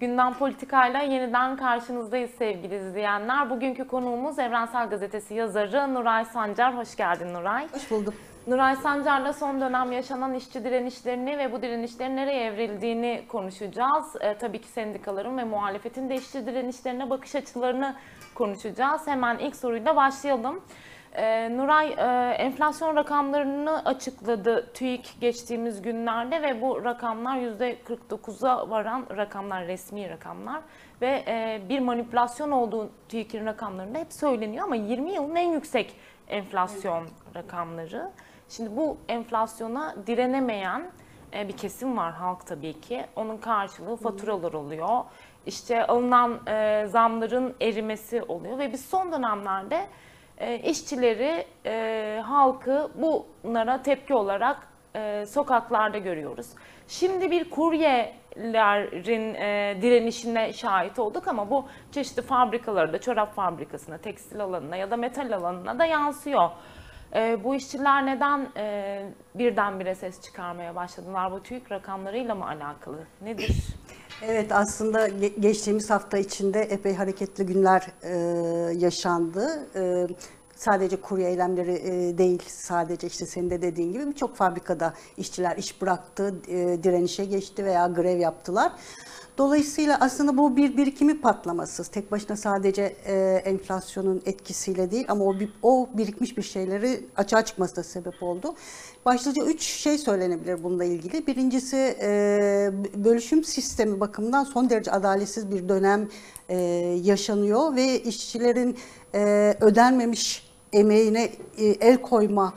Gündem Politika'yla yeniden karşınızdayız sevgili izleyenler. Bugünkü konuğumuz Evrensel Gazetesi yazarı Nuray Sancar. Hoş geldin Nuray. Hoş bulduk. Nuray Sancar'la son dönem yaşanan işçi direnişlerini ve bu direnişlerin nereye evrildiğini konuşacağız. Tabii ki sendikaların ve muhalefetin de işçi direnişlerine bakış açılarını konuşacağız. Hemen ilk soruyla başlayalım. Nuray, enflasyon rakamlarını açıkladı TÜİK geçtiğimiz günlerde ve bu rakamlar %49'a varan rakamlar, resmi rakamlar ve bir manipülasyon olduğu TÜİK'in rakamlarında hep söyleniyor ama 20 yılın en yüksek enflasyon rakamları. Şimdi bu enflasyona direnemeyen bir kesim var, halk tabii ki. Onun karşılığı faturalar oluyor. İşte alınan zamların erimesi oluyor ve biz son dönemlerde işçileri, halkı bunlara tepki olarak sokaklarda görüyoruz. Şimdi bir kuryelerin direnişine şahit olduk ama bu çeşitli fabrikalarda, çorap fabrikasına, tekstil alanına ya da metal alanına da yansıyor. Bu işçiler neden birdenbire ses çıkarmaya başladılar? Bu TÜİK rakamlarıyla mı alakalı? Nedir? Evet, aslında geçtiğimiz hafta içinde epey hareketli günler yaşandı. Sadece kurye eylemleri değil, sadece işte senin de dediğin gibi birçok fabrikada işçiler iş bıraktı, direnişe geçti veya grev yaptılar. Dolayısıyla aslında bu bir birikimi patlaması. Tek başına sadece enflasyonun etkisiyle değil ama o birikmiş bir şeyleri açığa çıkması da sebep oldu. Başlıca 3 şey söylenebilir bununla ilgili. Birincisi bölüşüm sistemi bakımından son derece adaletsiz bir dönem yaşanıyor ve işçilerin ödenmemiş emeğine el koyma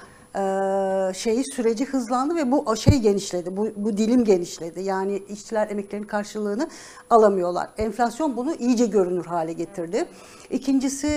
süreci hızlandı ve bu genişledi, bu dilim genişledi. Yani işçiler emeklerinin karşılığını alamıyorlar. Enflasyon bunu iyice görünür hale getirdi. İkincisi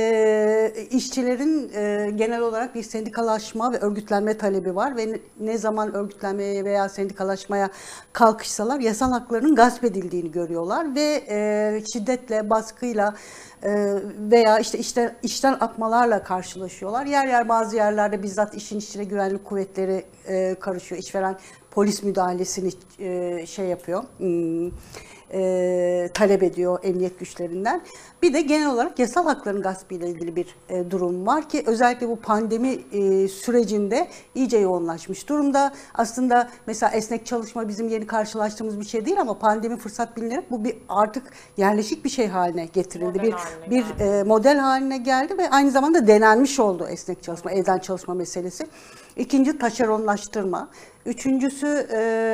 işçilerin genel olarak bir sendikalaşma ve örgütlenme talebi var ve ne zaman örgütlenmeye veya sendikalaşmaya kalkışsalar yasal haklarının gasp edildiğini görüyorlar ve şiddetle, baskıyla veya işte işten atmalarla karşılaşıyorlar. Yer yer bazı yerlerde bizzat işin içine güvenlik kuvvetleri karışıyor. İşveren polis müdahalesini yapıyor. Talep ediyor emniyet güçlerinden. Bir de genel olarak yasal hakların gaspıyla ilgili bir durum var ki özellikle bu pandemi sürecinde iyice yoğunlaşmış durumda. Aslında mesela esnek çalışma bizim yeni karşılaştığımız bir şey değil ama pandemi fırsat bilinerek bu artık yerleşik bir şey haline getirildi. Model haline geldi ve aynı zamanda denenmiş oldu esnek çalışma, evden çalışma meselesi. İkinci taşeronlaştırma. Üçüncüsü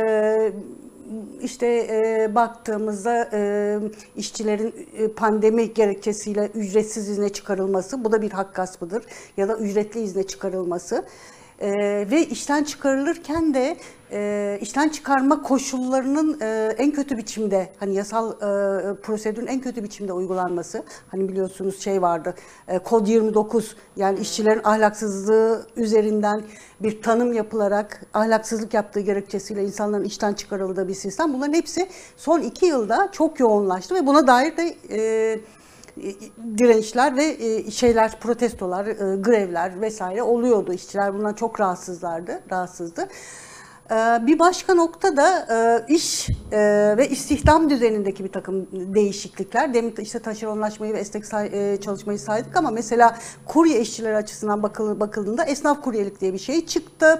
baktığımızda işçilerin pandemi gerekçesiyle ücretsiz izne çıkarılması, bu da bir hak gaspıdır ya da ücretli izne çıkarılması. Ve işten çıkarılırken de işten çıkarma koşullarının en kötü biçimde, hani yasal prosedürün en kötü biçimde uygulanması. Hani biliyorsunuz vardı, Kod 29, yani işçilerin ahlaksızlığı üzerinden bir tanım yapılarak ahlaksızlık yaptığı gerekçesiyle insanların işten çıkarıldığı bir sistem. Bunların hepsi son 2 yılda çok yoğunlaştı ve buna dair de direnişler ve protestolar, grevler vesaire oluyordu. İşçiler bundan çok rahatsızdı. Bir başka nokta da iş ve istihdam düzenindeki bir takım değişiklikler. Demin işte taşeronlaşmayı ve esnek çalışmayı saydık ama mesela kurye işçileri açısından bakıldığında esnaf kuryelik diye bir şey çıktı.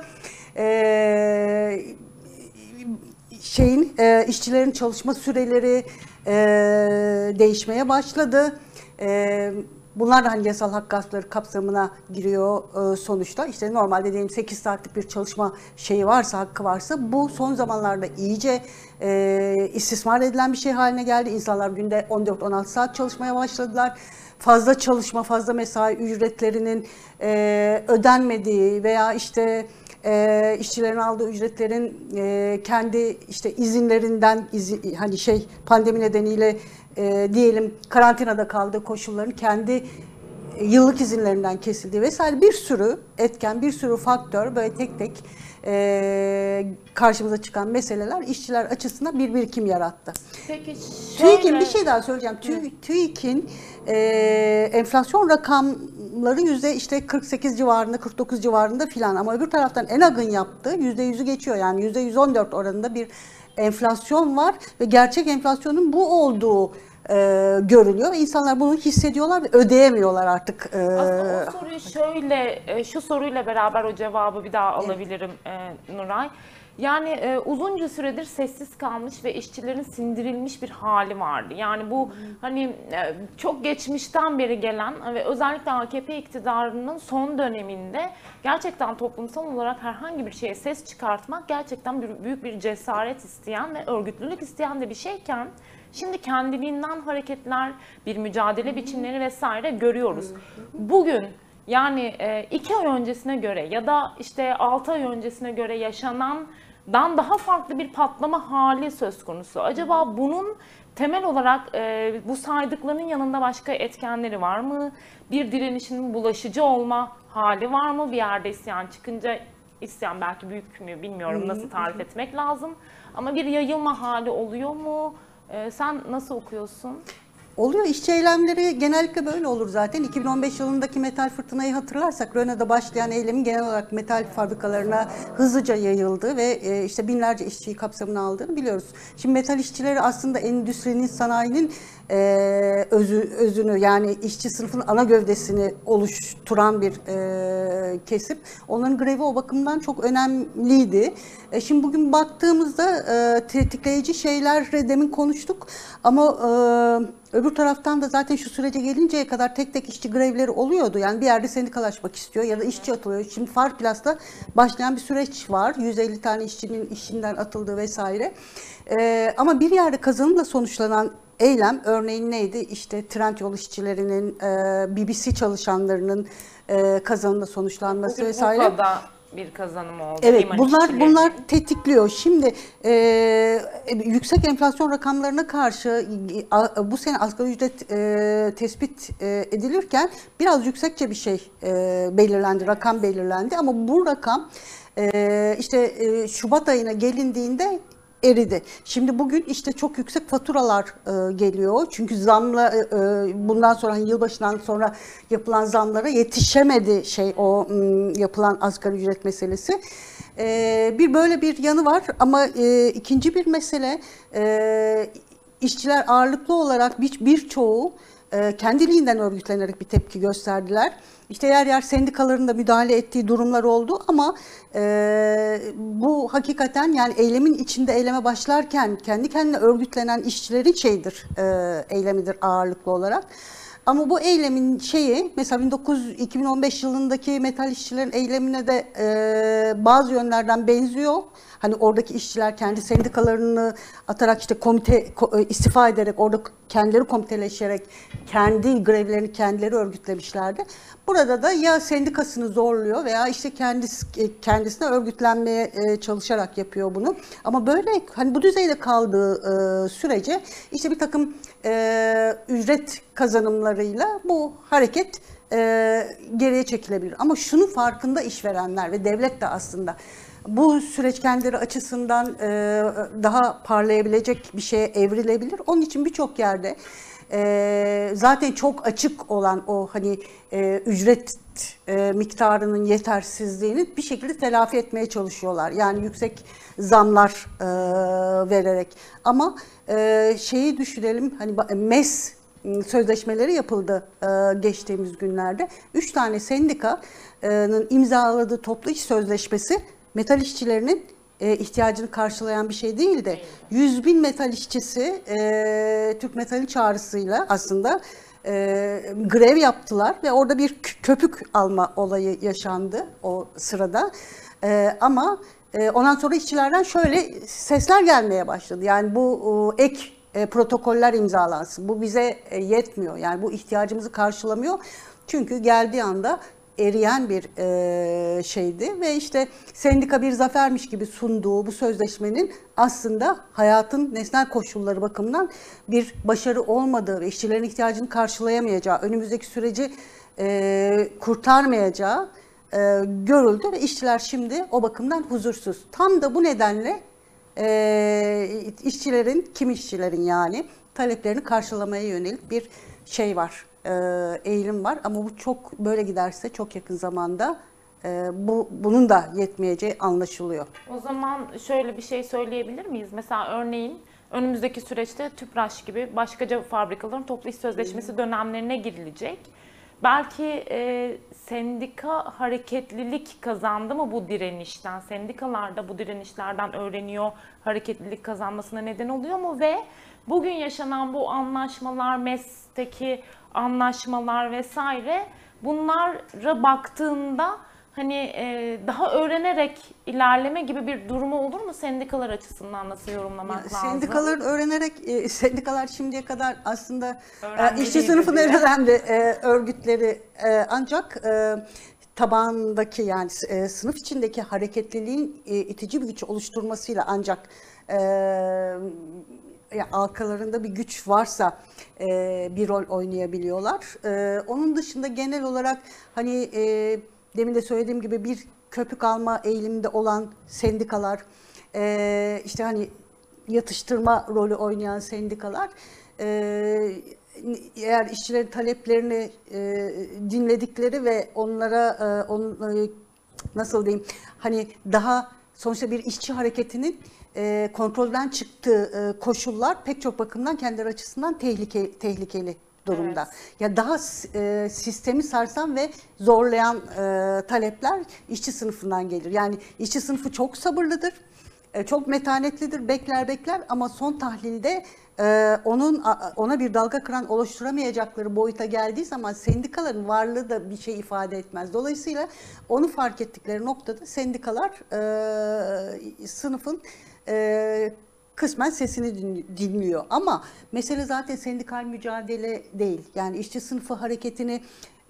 İşçilerin çalışma süreleri değişmeye başladı. Bunlar da hani yasal hak gaspları kapsamına giriyor sonuçta. İşte normalde diyelim 8 saatlik bir çalışma hakkı varsa bu son zamanlarda iyice istismar edilen bir şey haline geldi. İnsanlar günde 14-16 saat çalışmaya başladılar. Fazla çalışma, fazla mesai ücretlerinin ödenmediği veya işçilerin aldığı ücretlerin kendi izinlerinden pandemi nedeniyle diyelim karantinada kaldığı koşulların kendi yıllık izinlerinden kesildiği vesaire bir sürü etken, bir sürü faktör böyle tek tek karşımıza çıkan meseleler işçiler açısından bir birikim yarattı. Peki TÜİK'in bir şey daha söyleyeceğim. TÜİK'in enflasyon rakamları %48 civarında, 49 civarında filan ama öbür taraftan ENAG'ın yaptığı %100'ü geçiyor. Yani %114 oranında bir enflasyon var ve gerçek enflasyonun bu olduğu görülüyor. İnsanlar bunu hissediyorlar ve ödeyemiyorlar artık. Aslında o soruyu şöyle, şu soruyla beraber o cevabı bir daha alabilirim Nuray. Yani uzunca süredir sessiz kalmış ve işçilerin sindirilmiş bir hali vardı. Yani bu hani çok geçmişten beri gelen ve özellikle AKP iktidarının son döneminde gerçekten toplumsal olarak herhangi bir şeye ses çıkartmak gerçekten büyük bir cesaret isteyen ve örgütlülük isteyen de bir şeyken şimdi kendiliğinden hareketler, bir mücadele biçimleri vesaire görüyoruz. Bugün yani 2 ay öncesine göre ya da işte 6 ay öncesine göre yaşanandan daha farklı bir patlama hali söz konusu. Acaba bunun temel olarak bu saydıklarının yanında başka etkenleri var mı? Bir direnişin bulaşıcı olma hali var mı? Bir yerde isyan çıkınca, isyan belki büyük mü bilmiyorum, nasıl tarif etmek lazım. Ama bir yayılma hali oluyor mu? Sen nasıl okuyorsun? Oluyor. İşçi eylemleri genellikle böyle olur zaten. 2015 yılındaki metal fırtınayı hatırlarsak Renault'da başlayan eylemin genel olarak metal fabrikalarına hızlıca yayıldı ve işte binlerce işçiyi kapsamına aldığını biliyoruz. Şimdi metal işçileri aslında endüstrinin, sanayinin özünü, yani işçi sınıfının ana gövdesini oluşturan bir kesim. Onların grevi o bakımdan çok önemliydi. Şimdi bugün baktığımızda tetikleyici şeyler demin konuştuk ama öbür taraftan da zaten şu sürece gelinceye kadar tek tek işçi grevleri oluyordu. Yani bir yerde sendikalaşmak istiyor ya da işçi atılıyor. Şimdi Farplas'ta başlayan bir süreç var. 150 tane işçinin işinden atıldığı vesaire. Ama bir yerde kazanımla sonuçlanan eylem örneğin neydi? İşte Trendyol işçilerinin, BBC çalışanlarının kazanımla sonuçlanması Bugün vesaire. Urfa'da bir kazanım oldu. Evet, İmar bunlar tetikliyor. Şimdi yüksek enflasyon rakamlarına karşı bu sene asgari ücret tespit edilirken biraz yüksekçe bir şey belirlendi, rakam belirlendi. Ama bu rakam işte Şubat ayına gelindiğinde eridi. Şimdi bugün işte çok yüksek faturalar geliyor. Çünkü zamla bundan sonra yılbaşından sonra yapılan zamlara yetişemedi yapılan asgari ücret meselesi. Böyle bir yanı var ama ikinci bir mesele, işçiler ağırlıklı olarak birçoğu kendiliğinden örgütlenerek bir tepki gösterdiler. İşte yer yer sendikaların da müdahale ettiği durumlar oldu ama bu hakikaten yani eylemin içinde eyleme başlarken kendi kendine örgütlenen işçilerin eylemidir ağırlıklı olarak. Ama bu eylemin mesela 2015 yılındaki metal işçilerin eylemine de bazı yönlerden benziyor. Hani oradaki işçiler kendi sendikalarını atarak işte istifa ederek orada kendileri komiteleşerek kendi grevlerini kendileri örgütlemişlerdi. Burada da ya sendikasını zorluyor veya işte kendisine örgütlenmeye çalışarak yapıyor bunu. Ama böyle hani bu düzeyde kaldığı sürece işte bir takım ücret kazanımlarıyla bu hareket geriye çekilebilir. Ama şunun farkında işverenler ve devlet de aslında. Bu süreç kendileri açısından daha parlayabilecek bir şeye evrilebilir. Onun için birçok yerde zaten çok açık olan o hani ücret miktarının yetersizliğini bir şekilde telafi etmeye çalışıyorlar. Yani yüksek zamlar vererek. Ama şeyi düşünelim, hani MES sözleşmeleri yapıldı geçtiğimiz günlerde. 3 tane sendikanın imzaladığı toplu iş sözleşmesi metal işçilerinin ihtiyacını karşılayan bir şey değil de 100.000 metal işçisi Türk Metal'in çağrısıyla aslında grev yaptılar ve orada bir köpük alma olayı yaşandı o sırada. Ama ondan sonra işçilerden şöyle sesler gelmeye başladı. Yani bu ek protokoller imzalansın. Bu bize yetmiyor. Yani bu ihtiyacımızı karşılamıyor. Çünkü geldiği anda eriyen bir şeydi ve işte sendika bir zafermiş gibi sunduğu bu sözleşmenin aslında hayatın nesnel koşulları bakımından bir başarı olmadığı ve işçilerin ihtiyacını karşılayamayacağı, önümüzdeki süreci kurtarmayacağı görüldü ve işçiler şimdi o bakımdan huzursuz. Tam da bu nedenle kimi işçilerin yani taleplerini karşılamaya yönelik bir şey var. Eğilim var ama bu çok böyle giderse çok yakın zamanda Bunun da yetmeyeceği anlaşılıyor. O zaman şöyle bir şey söyleyebilir miyiz? Mesela örneğin önümüzdeki süreçte Tüpraş gibi başkaca fabrikaların toplu iş sözleşmesi dönemlerine girilecek. Belki sendika hareketlilik kazandı mı bu direnişten? Sendikalar da bu direnişlerden öğreniyor, hareketlilik kazanmasına neden oluyor mu? Ve bugün yaşanan bu anlaşmalar, MES'teki anlaşmalar vesaire, bunlara baktığında hani daha öğrenerek ilerleme gibi bir durumu olur mu? Sendikalar açısından nasıl yorumlamak lazım? Sendikaların öğrenerek, sendikalar şimdiye kadar aslında Öğrenmeliydi işçi sınıfının en diye. önemli örgütleri, ancak tabandaki, yani sınıf içindeki hareketliliğin itici bir güç oluşturmasıyla ancak arkalarında bir güç varsa bir rol oynayabiliyorlar. Onun dışında genel olarak hani demin de söylediğim gibi bir köpük alma eğiliminde olan sendikalar, işte hani yatıştırma rolü oynayan sendikalar, eğer işçilerin taleplerini dinledikleri ve onlara nasıl diyeyim, hani daha sonuçta bir işçi hareketinin kontrolden çıktığı koşullar pek çok bakımdan kendileri açısından tehlikeli durumda. Evet. Ya daha sistemi sarsan ve zorlayan talepler işçi sınıfından gelir. Yani işçi sınıfı çok sabırlıdır, çok metanetlidir, bekler ama son tahlilde ona bir dalga kıran oluşturamayacakları boyuta geldiği zaman sendikaların varlığı da bir şey ifade etmez. Dolayısıyla onu fark ettikleri noktada sendikalar sınıfın kısmen sesini dinliyor. Ama mesele zaten sendikal mücadele değil. Yani işçi sınıfı hareketini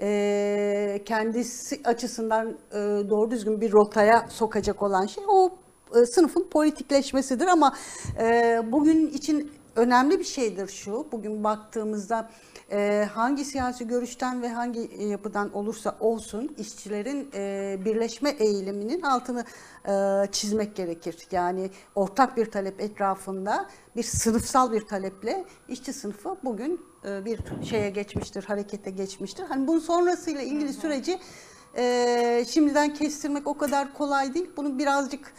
kendisi açısından doğru düzgün bir rotaya sokacak olan şey o sınıfın politikleşmesidir. Ama bugün için önemli bir şeydir şu. Bugün baktığımızda hangi siyasi görüşten ve hangi yapıdan olursa olsun işçilerin birleşme eğiliminin altını çizmek gerekir. Yani ortak bir talep etrafında bir sınıfsal bir taleple işçi sınıfı bugün bir şeye geçmiştir, harekete geçmiştir. Hani bunun sonrasıyla ilgili süreci şimdiden kestirmek o kadar kolay değil. Bunu birazcık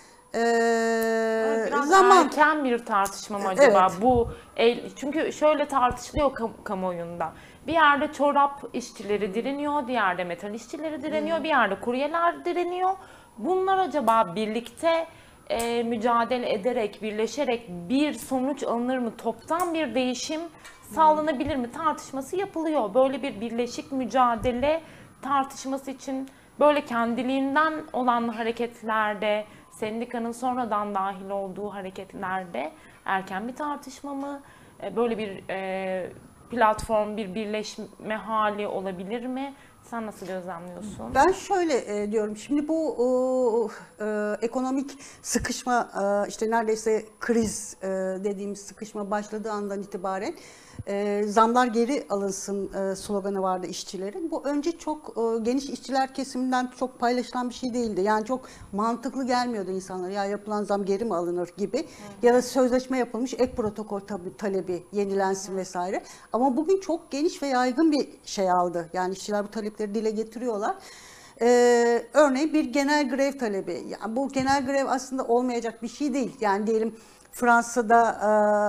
Biraz zaman... erken bir tartışma mı acaba? Evet. Bu çünkü şöyle tartışılıyor kamuoyunda. Bir yerde çorap işçileri direniyor, bir yerde metal işçileri direniyor, bir yerde kuryeler direniyor. Bunlar acaba birlikte mücadele ederek, birleşerek bir sonuç alınır mı? Toptan bir değişim sağlanabilir mi? Tartışması yapılıyor. Böyle bir birleşik mücadele tartışması için böyle kendiliğinden olan hareketlerde, sendikanın sonradan dahil olduğu hareketlerde erken bir tartışma mı? Böyle bir platform, bir birleşme hali olabilir mi? Sen nasıl gözlemliyorsun? Ben şöyle diyorum, şimdi bu ekonomik sıkışma, işte neredeyse kriz dediğimiz sıkışma başladığı andan itibaren zamlar geri alınsın sloganı vardı işçilerin. Bu önce çok geniş işçiler kesiminden çok paylaşılan bir şey değildi. Yani çok mantıklı gelmiyordu insanlara. Ya yapılan zam geri mi alınır gibi. Ya da sözleşme yapılmış ek protokol talebi yenilensin vesaire. Ama bugün çok geniş ve yaygın bir şey aldı. Yani işçiler bu talepleri dile getiriyorlar. Örneğin bir genel grev talebi. Yani bu genel grev aslında olmayacak bir şey değil. Yani diyelim Fransa'da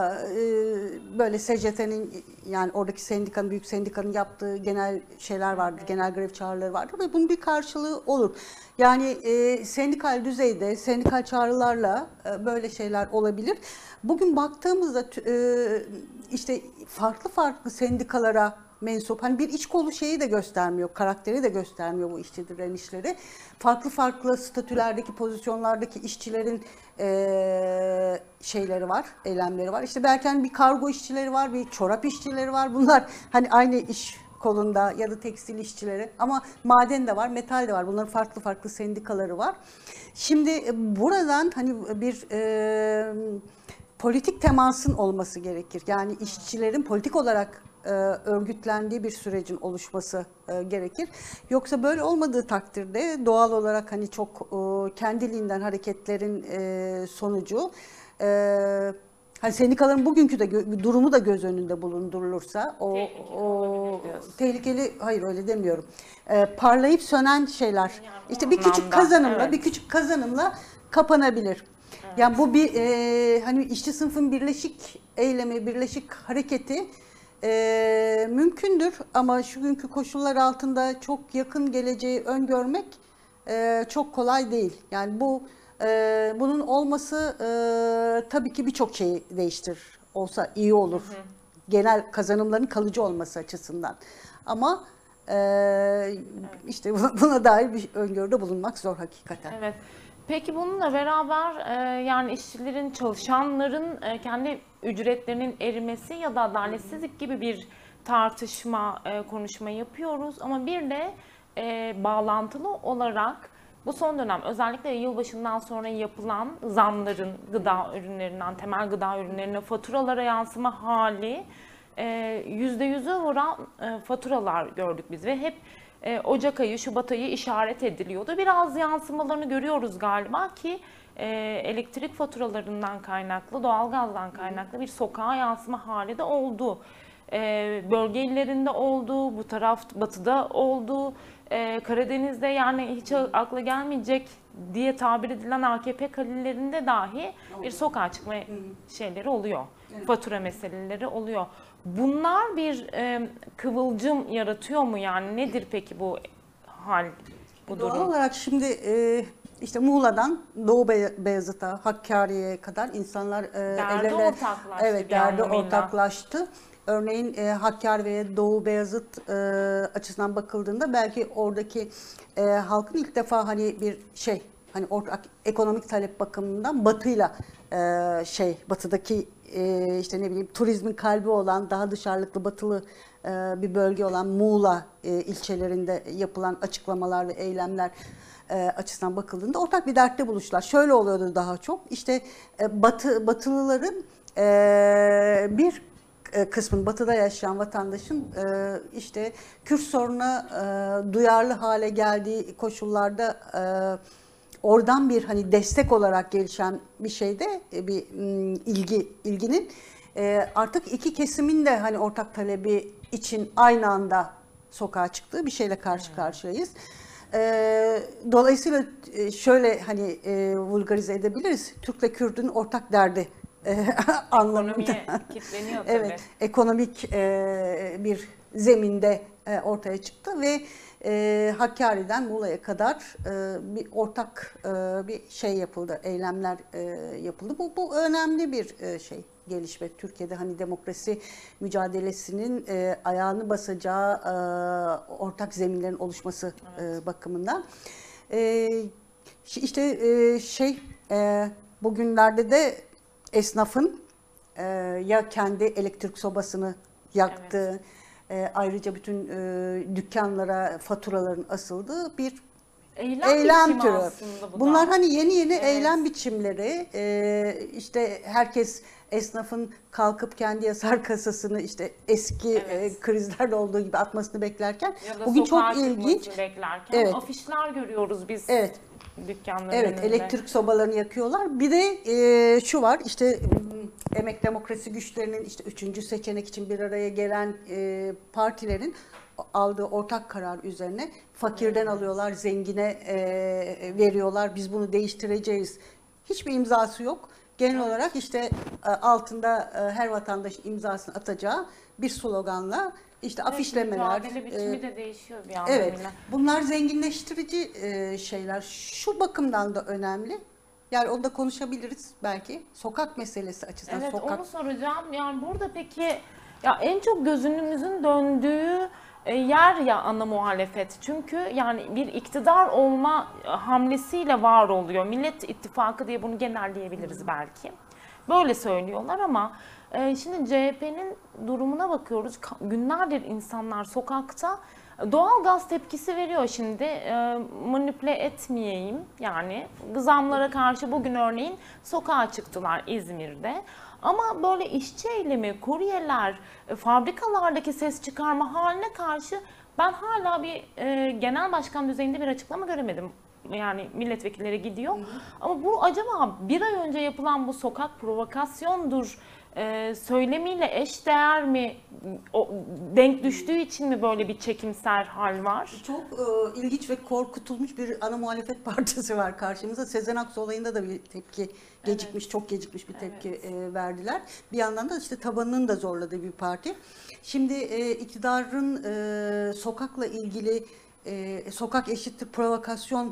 böyle CGT'nin, yani oradaki sendikanın, büyük sendikanın yaptığı genel şeyler vardır, genel grev çağrıları vardır ve bunun bir karşılığı olur. Yani sendikal düzeyde, sendikal çağrılarla böyle şeyler olabilir. Bugün baktığımızda işte farklı sendikalara mensup, hani bir iç kolu şeyi de göstermiyor, karakteri de göstermiyor bu işçi direnişleri. Farklı statülerdeki, pozisyonlardaki işçilerin şeyleri var, eylemleri var. İşte belki hani bir kargo işçileri var, bir çorap işçileri var. Bunlar hani aynı iş kolunda, ya da tekstil işçileri, ama maden de var, metal de var. Bunların farklı sendikaları var. Şimdi buradan hani bir politik temasın olması gerekir. Yani işçilerin politik olarak örgütlendiği bir sürecin oluşması gerekir. Yoksa böyle olmadığı takdirde doğal olarak hani çok kendiliğinden hareketlerin sonucu Hani sendikaların bugünkü de durumu da göz önünde bulundurulursa Tehlikeli o olabilir diyorsun. tehlikeli, hayır öyle demiyorum. Parlayıp sönen şeyler. Yani İşte o bir küçük anlamda, kazanımla, evet. bir küçük kazanımla kapanabilir. Yani bu bir hani işçi sınıfın birleşik eylemi, birleşik hareketi mümkündür ama şu günkü koşullar altında çok yakın geleceği öngörmek çok kolay değil. Yani bunun olması tabii ki birçok şeyi değiştirir. Olsa iyi olur. Genel kazanımların kalıcı olması açısından. Ama işte buna dair bir öngörüde bulunmak zor hakikaten. Evet. Peki bununla beraber yani işçilerin, çalışanların kendi ücretlerinin erimesi ya da adaletsizlik gibi bir tartışma, konuşma yapıyoruz. Ama bir de bağlantılı olarak bu son dönem özellikle yılbaşından sonra yapılan zamların gıda ürünlerinden, temel gıda ürünlerine faturalara yansıma hali %100'e vuran faturalar gördük biz ve hep Ocak ayı, Şubat ayı işaret ediliyordu. Biraz yansımalarını görüyoruz galiba ki elektrik faturalarından kaynaklı, doğalgazdan kaynaklı bir sokağa yansıma hali de oldu. Bölge illerinde oldu, bu taraf batıda oldu, Karadeniz'de yani hiç akla gelmeyecek diye tabir edilen AKP kalelerinde dahi bir sokağa çıkma şeyleri oluyor. Fatura meseleleri oluyor. Bunlar bir kıvılcım yaratıyor mu yani? Nedir peki bu hal, bu Doğal durum? olarak şimdi işte Muğla'dan Doğu Beyazıt'a, Hakkari'ye kadar insanlar Derdi ortaklaştı evet, bir derdi anlamıyla. ortaklaştı. Örneğin Hakkari ve Doğu Beyazıt açısından bakıldığında belki oradaki halkın ilk defa hani bir şey, hani ortak ekonomik talep bakımından Batı'yla Batı'daki işte ne bileyim turizmin kalbi olan, daha dışarılıklı batılı bir bölge olan Muğla ilçelerinde yapılan açıklamalar ve eylemler açısından bakıldığında ortak bir dertte buluştular. Şöyle oluyordu daha çok. İşte Batılıların bir kısmın, batıda yaşayan vatandaşın işte Kürt sorununa duyarlı hale geldiği koşullarda oradan bir hani destek olarak gelişen bir şeyde bir ilginin artık iki kesimin de hani ortak talebi için aynı anda sokağa çıktığı bir şeyle karşı karşıyayız. Dolayısıyla şöyle hani vulgarize edebiliriz. Türk'le Kürt'ün ortak derdi anlamında. Ekonomiye kilitleniyor tabii. Evet, ekonomik bir zeminde ortaya çıktı ve Hakkari'den Muğla'ya kadar bir ortak bir şey yapıldı, eylemler yapıldı. Bu önemli bir şey, gelişme. Türkiye'de hani demokrasi mücadelesinin ayağını basacağı ortak zeminlerin oluşması bakımından. İşte bugünlerde de esnafın ya kendi elektrik sobasını yaktığı, ayrıca bütün dükkanlara faturaların asıldığı bir eylem biçimi türü. aslında bu Bunlar da. hani yeni Evet. eylem biçimleri. İşte herkes esnafın kalkıp kendi yasar kasasını işte eski krizlerde olduğu gibi atmasını beklerken Ya da bugün çok sokağa ilginç. çıkmasını beklerken Evet. afişler görüyoruz biz Evet. dükkanların Evet, önünde. elektrik sobalarını yakıyorlar. Bir de şu var, işte Emek Demokrasi Güçleri'nin işte 3. seçenek için bir araya gelen partilerin aldığı ortak karar üzerine fakirden alıyorlar, zengine veriyorlar. Biz bunu değiştireceğiz. Hiçbir imzası yok. Genel olarak işte altında her vatandaşın imzasını atacağı bir sloganla işte afişlemeler. Mücadele biçimi de değişiyor bir Evet, anlamıyla. bunlar zenginleştirici şeyler. Şu bakımdan da önemli. Yani onu da konuşabiliriz belki. Sokak meselesi açısından. Evet, sokak. onu soracağım. Yani burada peki ya en çok gözünümüzün döndüğü yer ya ana muhalefet. Çünkü yani bir iktidar olma hamlesiyle var oluyor. Millet İttifakı diye bunu genelleyebiliriz belki. Böyle söylüyorlar ama şimdi CHP'nin durumuna bakıyoruz. Günlerdir insanlar sokakta doğal gaz tepkisi veriyor şimdi. Manipüle etmeyeyim yani. Zamlara karşı bugün örneğin sokağa çıktılar İzmir'de. Ama böyle işçi eylemi, kuryeler, fabrikalardaki ses çıkarma haline karşı ben hala bir genel başkan düzeyinde bir açıklama göremedim. Yani milletvekilleri gidiyor. Ama bu acaba bir ay önce yapılan bu sokak provokasyondur söylemiyle eşdeğer mi? Denk düştüğü için mi böyle bir çekimser hal var? Çok ilginç ve korkutulmuş bir ana muhalefet partisi var karşımızda. Sezen Aksu olayında da bir tepki gecikmiş, çok gecikmiş bir tepki verdiler. Bir yandan da işte tabanının da zorladığı bir parti. Şimdi iktidarın sokakla ilgili sokak eşittir provokasyon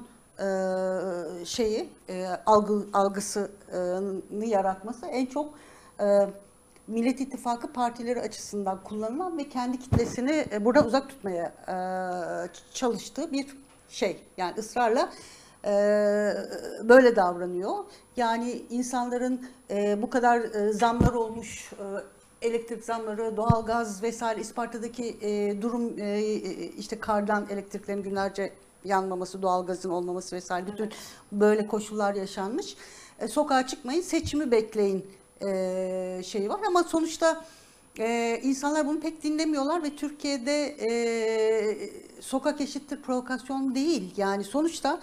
algısını yaratması en çok Millet İttifakı partileri açısından kullanılan ve kendi kitlesini buradan uzak tutmaya çalıştığı bir şey. Yani ısrarla böyle davranıyor. Yani insanların bu kadar zamlar olmuş, elektrik zamları, doğalgaz vesaire Isparta'daki durum işte kardan elektriklerin günlerce yanmaması, doğalgazın olmaması vesaire bütün böyle koşullar yaşanmış. Sokağa çıkmayın, seçimi bekleyin şeyi var ama sonuçta insanlar bunu pek dinlemiyorlar ve Türkiye'de sokak eşittir provokasyon değil. Yani sonuçta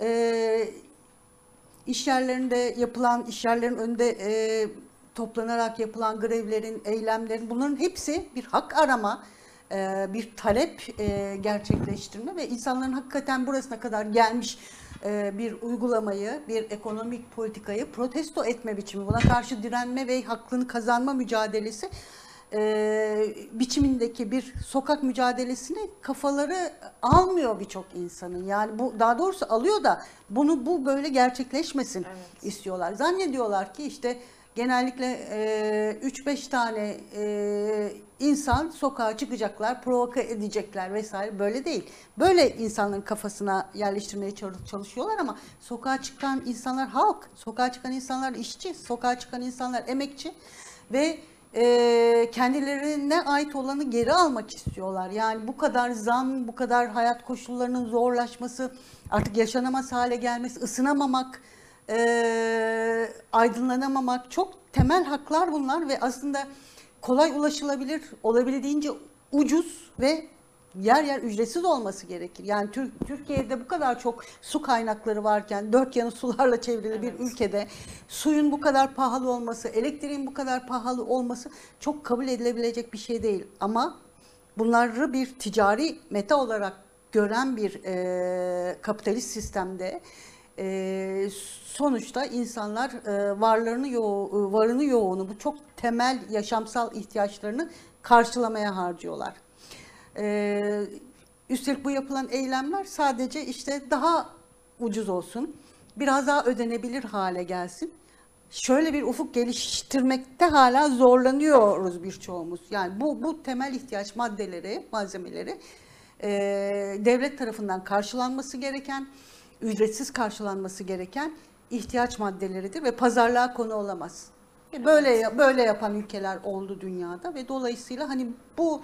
iş yerlerinde yapılan, iş yerlerin önünde toplanarak yapılan grevlerin, eylemlerin bunların hepsi bir hak arama, bir talep gerçekleştirme ve insanların hakikaten burasına kadar gelmiş bir uygulamayı, bir ekonomik politikayı protesto etme biçimi, buna karşı direnme ve hakkını kazanma mücadelesi biçimindeki bir sokak mücadelesini kafaları almıyor birçok insanın. Yani bu daha doğrusu alıyor da bu böyle gerçekleşmesin istiyorlar. Zannediyorlar ki işte genellikle 3-5 tane insan sokağa çıkacaklar, provoke edecekler vesaire. Böyle değil. Böyle insanların kafasına yerleştirmeye çalışıyorlar ama sokağa çıkan insanlar halk, sokağa çıkan insanlar işçi, sokağa çıkan insanlar emekçi ve kendilerine ait olanı geri almak istiyorlar. Yani bu kadar zam, bu kadar hayat koşullarının zorlaşması, artık yaşanamaz hale gelmesi, ısınamamak, aydınlanamamak çok temel haklar bunlar ve aslında kolay ulaşılabilir, olabildiğince ucuz ve yer yer ücretsiz olması gerekir. Yani Türkiye'de bu kadar çok su kaynakları varken, dört yanı sularla çevrili bir ülkede suyun bu kadar pahalı olması, elektriğin bu kadar pahalı olması çok kabul edilebilecek bir şey değil. Ama bunları bir ticari meta olarak gören bir kapitalist sistemde sonuçta insanlar varını yoğunu bu çok temel yaşamsal ihtiyaçlarını karşılamaya harcıyorlar. Üstelik bu yapılan eylemler sadece işte daha ucuz olsun, biraz daha ödenebilir hale gelsin. Şöyle bir ufuk geliştirmekte hala zorlanıyoruz birçoğumuz. Yani bu temel ihtiyaç malzemeleri devlet tarafından karşılanması gereken, ücretsiz karşılanması gereken ihtiyaç maddeleridir ve pazarlığa konu olamaz. Böyle yapan ülkeler oldu dünyada ve dolayısıyla hani bu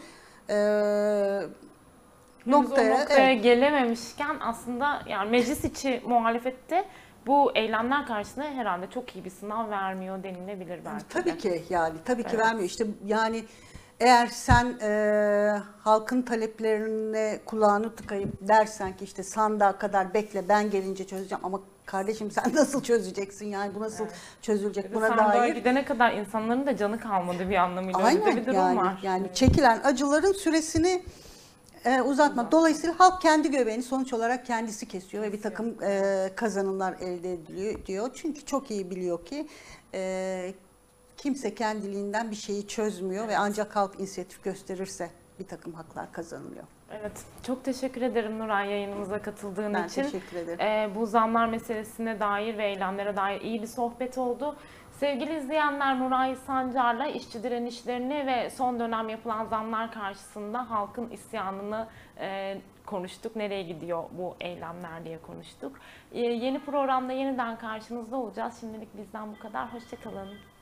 noktaya gelememişken aslında yani meclis içi muhalefette bu eylemler karşısında herhalde çok iyi bir sınav vermiyor denilebilir belki de. Tabii ki yani tabii ki vermiyor. İşte yani eğer sen halkın taleplerine kulağını tıkayıp dersen ki işte sandığa kadar bekle ben gelince çözeceğim ama kardeşim sen nasıl çözeceksin yani bu nasıl çözülecek buna sandığa dair. gidene kadar insanların da canı kalmadı bir anlamıyla. Aynen öyle bir durum var. Yani çekilen acıların süresini uzatmak. Dolayısıyla halk kendi göbeğini sonuç olarak kendisi kesiyor ve bir takım kazanımlar elde ediliyor. Çünkü çok iyi biliyor ki kimse kendiliğinden bir şeyi çözmüyor ve ancak halk inisiyatif gösterirse bir takım haklar kazanılıyor. Evet, çok teşekkür ederim Nuray yayınımıza katıldığın için. Ben teşekkür ederim. Bu zamlar meselesine dair ve eylemlere dair iyi bir sohbet oldu. Sevgili izleyenler, Nuray Sancar'la işçi direnişlerini ve son dönem yapılan zamlar karşısında halkın isyanını konuştuk. Nereye gidiyor bu eylemler diye konuştuk. Yeni programda yeniden karşınızda olacağız. Şimdilik bizden bu kadar. Hoşça kalın.